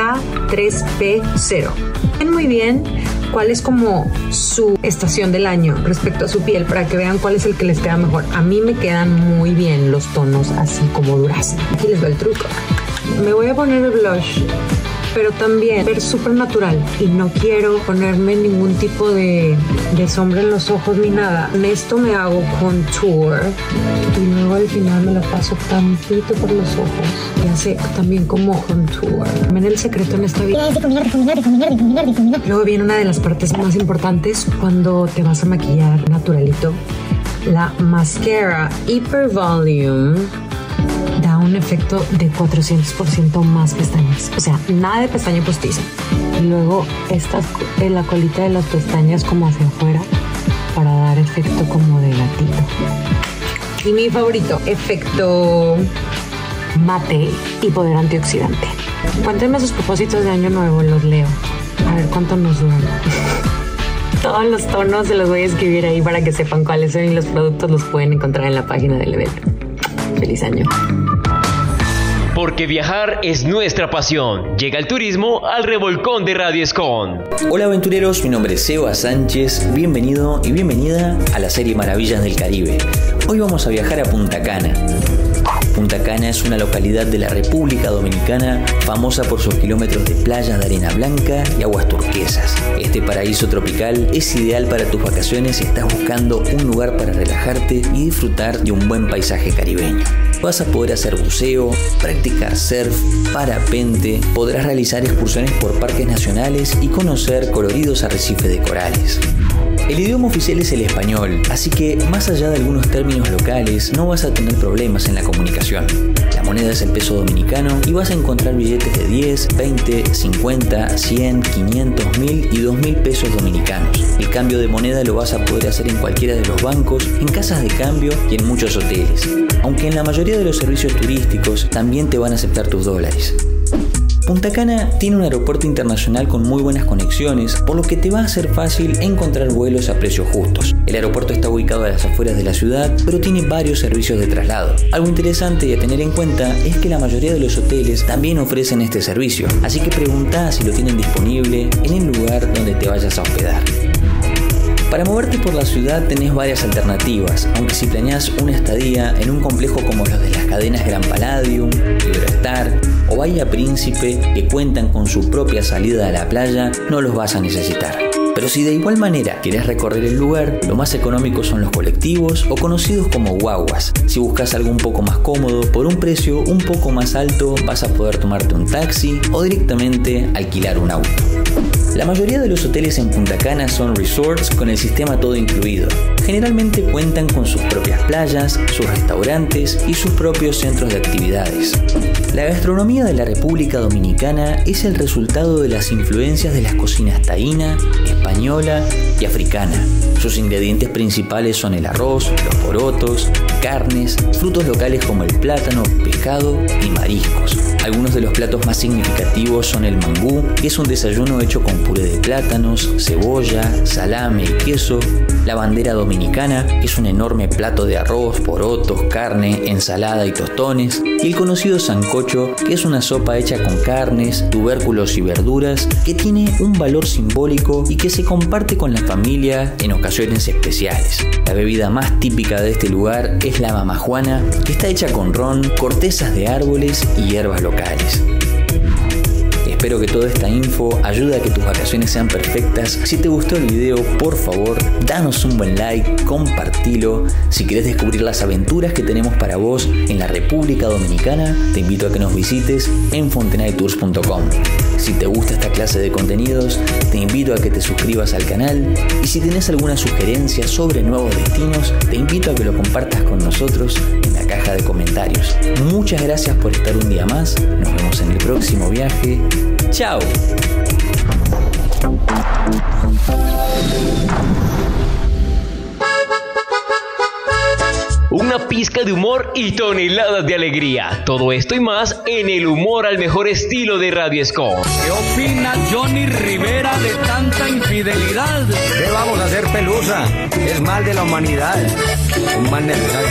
Speaker 17: K3P0. Ven muy bien cuál es como su estación del año respecto a su piel para que vean cuál es el que les queda mejor. A mí me quedan muy bien los tonos así como durazno. Aquí les doy el truco. Me voy a poner el blush, pero también ver súper natural y no quiero ponerme ningún tipo de sombra en los ojos ni nada. En esto me hago contour y luego al final me lo paso tantito por los ojos y hace también como contour. También el secreto en esta vida es difuminar. Luego viene una de las partes más importantes cuando te vas a maquillar naturalito. La mascara Hyper Volume da un efecto de 400% más pestañas. O sea, nada de pestaña postiza. Y luego la colita de las pestañas como hacia afuera para dar efecto como de gatito. Y mi favorito, efecto mate y poder antioxidante. Cuéntenme sus propósitos de año nuevo, los leo. A ver cuánto nos duran. Todos los tonos se los voy a escribir ahí para que sepan cuáles son y los productos los pueden encontrar en la página del evento. Feliz año.
Speaker 1: Porque viajar es nuestra pasión. Llega el turismo al revolcón de Radio Escon.
Speaker 18: Hola aventureros, mi nombre es Seba Sánchez. Bienvenido y bienvenida a la serie Maravillas del Caribe. Hoy vamos a viajar a Punta Cana. Punta Cana es una localidad de la República Dominicana famosa por sus kilómetros de playas de arena blanca y aguas turquesas. Este paraíso tropical es ideal para tus vacaciones si estás buscando un lugar para relajarte y disfrutar de un buen paisaje caribeño. Vas a poder hacer buceo, practicar surf, parapente, podrás realizar excursiones por parques nacionales y conocer coloridos arrecifes de corales. El idioma oficial es el español, así que más allá de algunos términos locales, no vas a tener problemas en la comunicación. La moneda es el peso dominicano y vas a encontrar billetes de 10, 20, 50, 100, 500, 1000 y 2000 pesos dominicanos. El cambio de moneda lo vas a poder hacer en cualquiera de los bancos, en casas de cambio y en muchos hoteles. Aunque en la mayoría de los servicios turísticos también te van a aceptar tus dólares. Punta Cana tiene un aeropuerto internacional con muy buenas conexiones, por lo que te va a ser fácil encontrar vuelos a precios justos. El aeropuerto está ubicado a las afueras de la ciudad, pero tiene varios servicios de traslado. Algo interesante y a tener en cuenta es que la mayoría de los hoteles también ofrecen este servicio, así que preguntá si lo tienen disponible en el lugar donde te vayas a hospedar. Para moverte por la ciudad tenés varias alternativas, aunque si planeás una estadía en un complejo como los de las cadenas Gran Palladium, Eurostar o Bahía Príncipe, que cuentan con su propia salida a la playa, no los vas a necesitar. Pero si de igual manera querés recorrer el lugar, lo más económico son los colectivos o conocidos como guaguas. Si buscas algo un poco más cómodo, por un precio un poco más alto, vas a poder tomarte un taxi o directamente alquilar un auto. La mayoría de los hoteles en Punta Cana son resorts con el sistema todo incluido. Generalmente cuentan con sus propias playas, sus restaurantes y sus propios centros de actividades. La gastronomía de la República Dominicana es el resultado de las influencias de las cocinas taína, española y africana. Sus ingredientes principales son el arroz, los porotos, carnes, frutos locales como el plátano, pescado y mariscos. Algunos de los platos más significativos son el mangú, que es un desayuno hecho con puré de plátanos, cebolla, salame y queso, la bandera dominicana, que es un enorme plato de arroz, porotos, carne, ensalada y tostones, y el conocido sancocho, que es una sopa hecha con carnes, tubérculos y verduras, que tiene un valor simbólico y que se comparte con la familia en ocasiones especiales. La bebida más típica de este lugar es la mamajuana, que está hecha con ron, cortezas de árboles y hierbas locales. Espero que toda esta info ayude a que tus vacaciones sean perfectas. Si te gustó el video, por favor, danos un buen like, compartilo. Si querés descubrir las aventuras que tenemos para vos en la República Dominicana, te invito a que nos visites en fontenaytours.com. Si te gusta esta clase de contenidos, te invito a que te suscribas al canal. Y si tenés alguna sugerencia sobre nuevos destinos, te invito a que lo compartas con nosotros en la caja de comentarios. Muchas gracias por estar un día más. Nos vemos en el próximo viaje. ¡Chao!
Speaker 1: Una pizca de humor y toneladas de alegría. Todo esto y más en el humor al mejor estilo de Radio Escom.
Speaker 19: ¿Qué opina Johnny Rivera de tanta infidelidad?
Speaker 20: ¿Qué vamos a hacer, Pelusa? Es mal de la humanidad. Un mal necesario.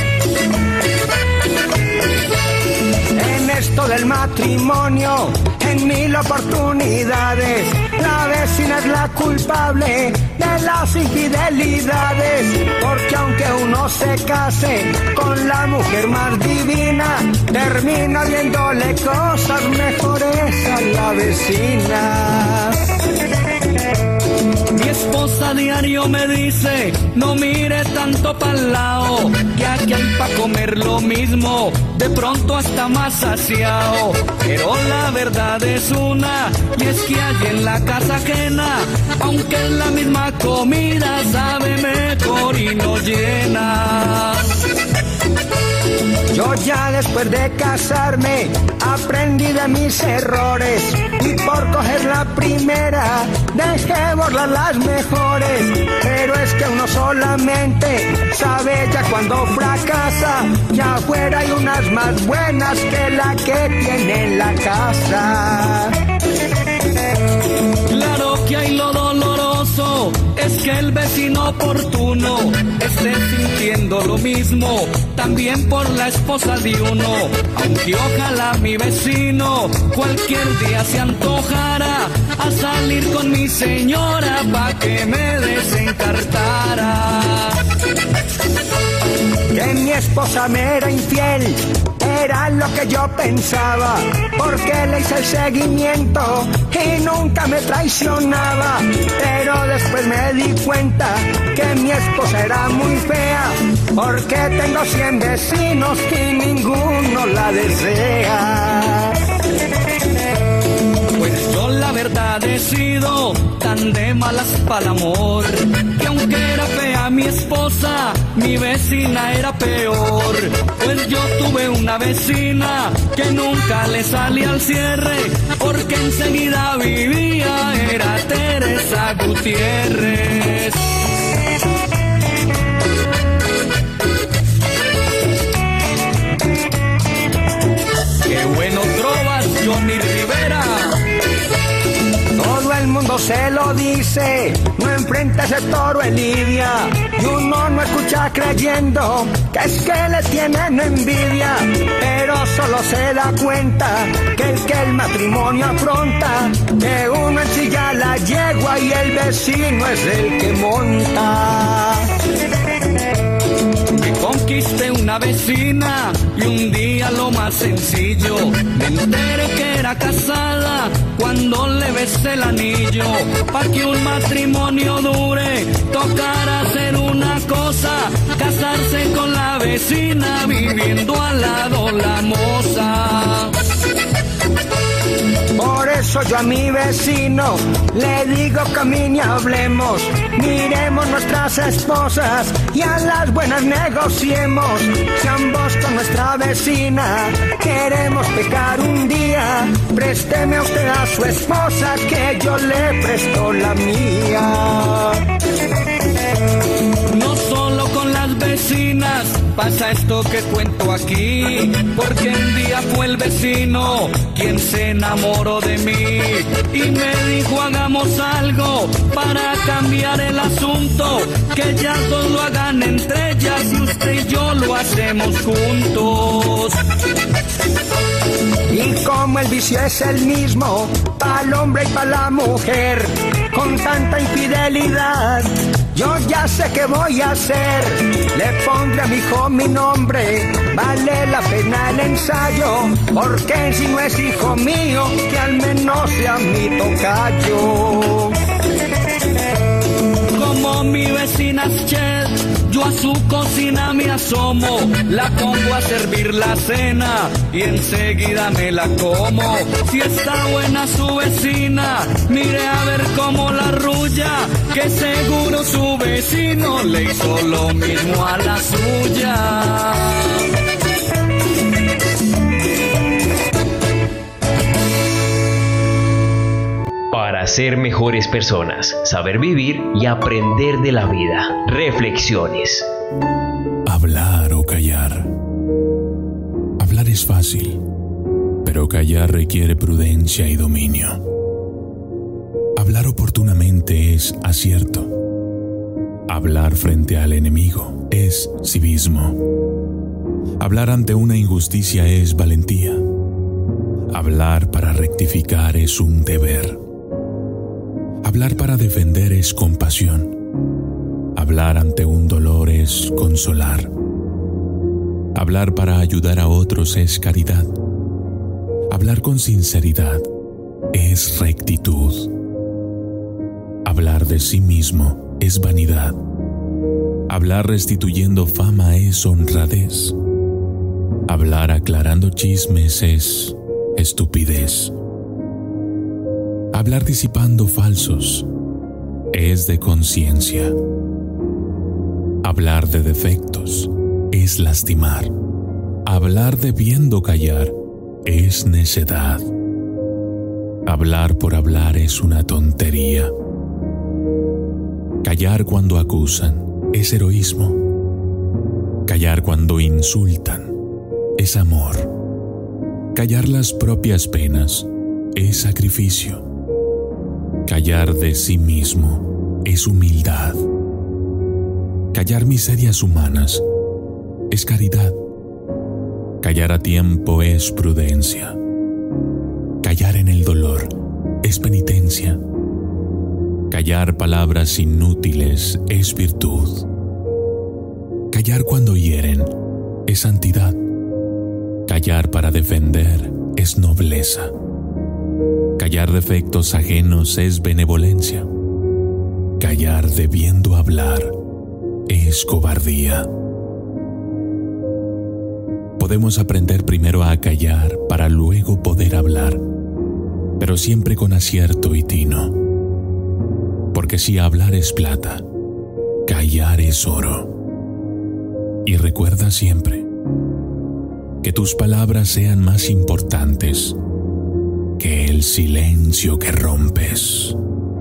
Speaker 21: En esto del matrimonio, en 1000 oportunidades, la vecina es la culpable de las infidelidades, porque aunque uno se case con la mujer más divina, termina viéndole cosas mejores a la vecina.
Speaker 19: Mi esposa diario me dice, no mire tanto pa'l lado, que aquí hay pa' comer lo mismo, de pronto hasta más saciado. Pero la verdad es una, y es que hay en la casa ajena, aunque es la misma comida, sabe mejor y no llena.
Speaker 21: Yo ya después de casarme aprendí de mis errores, y por coger la primera dejé burlar las mejores. Pero es que uno solamente sabe ya cuando fracasa, ya afuera hay unas más buenas que la que tiene en la casa.
Speaker 19: Claro que hay lo doloroso, es que el vecino oportuno esté sintiendo lo mismo, también por la esposa de uno. Aunque ojalá mi vecino cualquier día se antojara a salir con mi señora pa' que me desencartara.
Speaker 21: Que mi esposa me era infiel, era lo que yo pensaba, porque le hice el seguimiento y nunca me traicionaba. Pero después me di cuenta que mi esposa era muy fea, porque tengo 100 vecinos y ninguno la desea.
Speaker 19: Pues yo la verdad he sido tan de malas pa'l amor, que aunque era fea mi esposa, mi vecina era peor. Pues yo tuve una vecina que nunca le salía al cierre, porque enseguida vivía, era Teresa Gutiérrez. Qué bueno trovas, Johnny Rivera.
Speaker 21: Todo el mundo se lo dice, no enfrenta ese toro en lidia, y uno no escucha creyendo que es que le tienen envidia, pero solo se da cuenta que el matrimonio afronta, que uno ensilla la yegua y el vecino es el que monta.
Speaker 19: Conquisté una vecina y un día lo más sencillo, me enteré que era casada cuando le besé el anillo. Pa' que un matrimonio dure, tocará hacer una cosa, casarse con la vecina, viviendo al lado la moza.
Speaker 21: Por eso yo a mi vecino le digo que ni hablemos, miremos nuestras esposas y a las buenas negociemos. Si ambos con nuestra vecina queremos pecar un día, présteme usted a su esposa que yo le presto la mía.
Speaker 19: No solo con las vecinas pasa esto que cuento aquí, porque un día fue el vecino quien se enamoró de mí y me dijo hagamos algo para cambiar el asunto, que ellas dos lo hagan entre ellas y usted y yo lo hacemos juntos.
Speaker 21: Y como el vicio es el mismo para el hombre y para la mujer, con tanta infidelidad, yo ya sé qué voy a hacer. Le pondré a mi hijo mi nombre, vale la pena el ensayo, porque si no es hijo mío, que al menos sea mi tocayo.
Speaker 19: Como mi vecina es chef, yo a su cocina me asomo, la pongo a servir la cena y enseguida me la como. Si está buena su vecina, mire a ver cómo la arrulla, que seguro su vecino le hizo lo mismo a la suya.
Speaker 1: Para ser mejores personas, saber vivir y aprender de la vida. Reflexiones.
Speaker 3: Hablar o callar. Hablar es fácil, pero callar requiere prudencia y dominio. Hablar oportunamente es acierto. Hablar frente al enemigo es civismo. Hablar ante una injusticia es valentía. Hablar para rectificar es un deber. Hablar para defender es compasión. Hablar ante un dolor es consolar. Hablar para ayudar a otros es caridad. Hablar con sinceridad es rectitud. Hablar de sí mismo es vanidad. Hablar restituyendo fama es honradez. Hablar aclarando chismes es estupidez. Hablar disipando falsos es de conciencia. Hablar de defectos es lastimar. Hablar debiendo callar es necedad. Hablar por hablar es una tontería. Callar cuando acusan es heroísmo. Callar cuando insultan es amor. Callar las propias penas es sacrificio. Callar de sí mismo es humildad. Callar miserias humanas es caridad. Callar a tiempo es prudencia. Callar en el dolor es penitencia. Callar palabras inútiles es virtud. Callar cuando hieren es santidad. Callar para defender es nobleza. Callar defectos ajenos es benevolencia. Callar debiendo hablar es cobardía. Podemos aprender primero a callar para luego poder hablar, pero siempre con acierto y tino. Porque si hablar es plata, callar es oro. Y recuerda siempre que tus palabras sean más importantes que el silencio que rompes.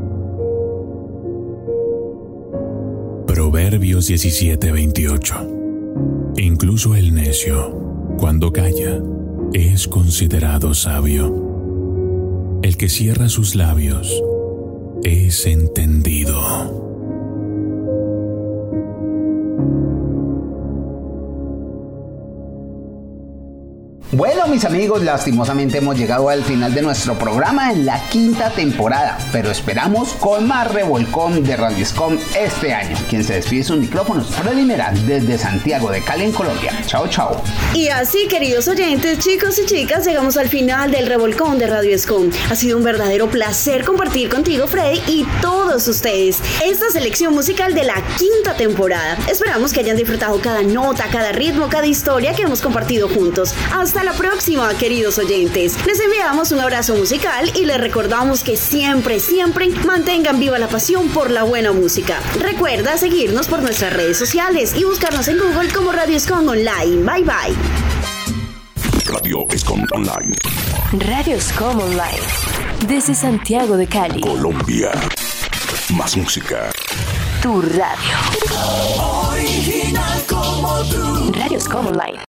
Speaker 3: Proverbios 17:28. Incluso el necio, cuando calla, es considerado sabio. El que cierra sus labios es entendido.
Speaker 5: Bueno, mis amigos, lastimosamente hemos llegado al final de nuestro programa en la 5ª temporada, pero esperamos con más revolcón de Radio Escom este año. Quien se despide sus micrófonos, Freddy Mera, desde Santiago de Cali, en Colombia. Chao, chao.
Speaker 4: Y así, queridos oyentes, chicos y chicas, llegamos al final del revolcón de Radio Escom. Ha sido un verdadero placer compartir contigo, Freddy, y todos ustedes esta selección musical de la 5ª temporada. Esperamos que hayan disfrutado cada nota, cada ritmo, cada historia que hemos compartido juntos. Hasta la próxima, queridos oyentes. Les enviamos un abrazo musical y les recordamos que siempre, siempre mantengan viva la pasión por la buena música. Recuerda seguirnos por nuestras redes sociales y buscarnos en Google como Radio Escom Online. Bye bye.
Speaker 22: Radio Escom Online.
Speaker 23: Radio Escom Online. Desde Santiago de Cali,
Speaker 22: Colombia. Más música.
Speaker 2: Tu radio.
Speaker 7: Original como tú.
Speaker 2: Radioscom Online.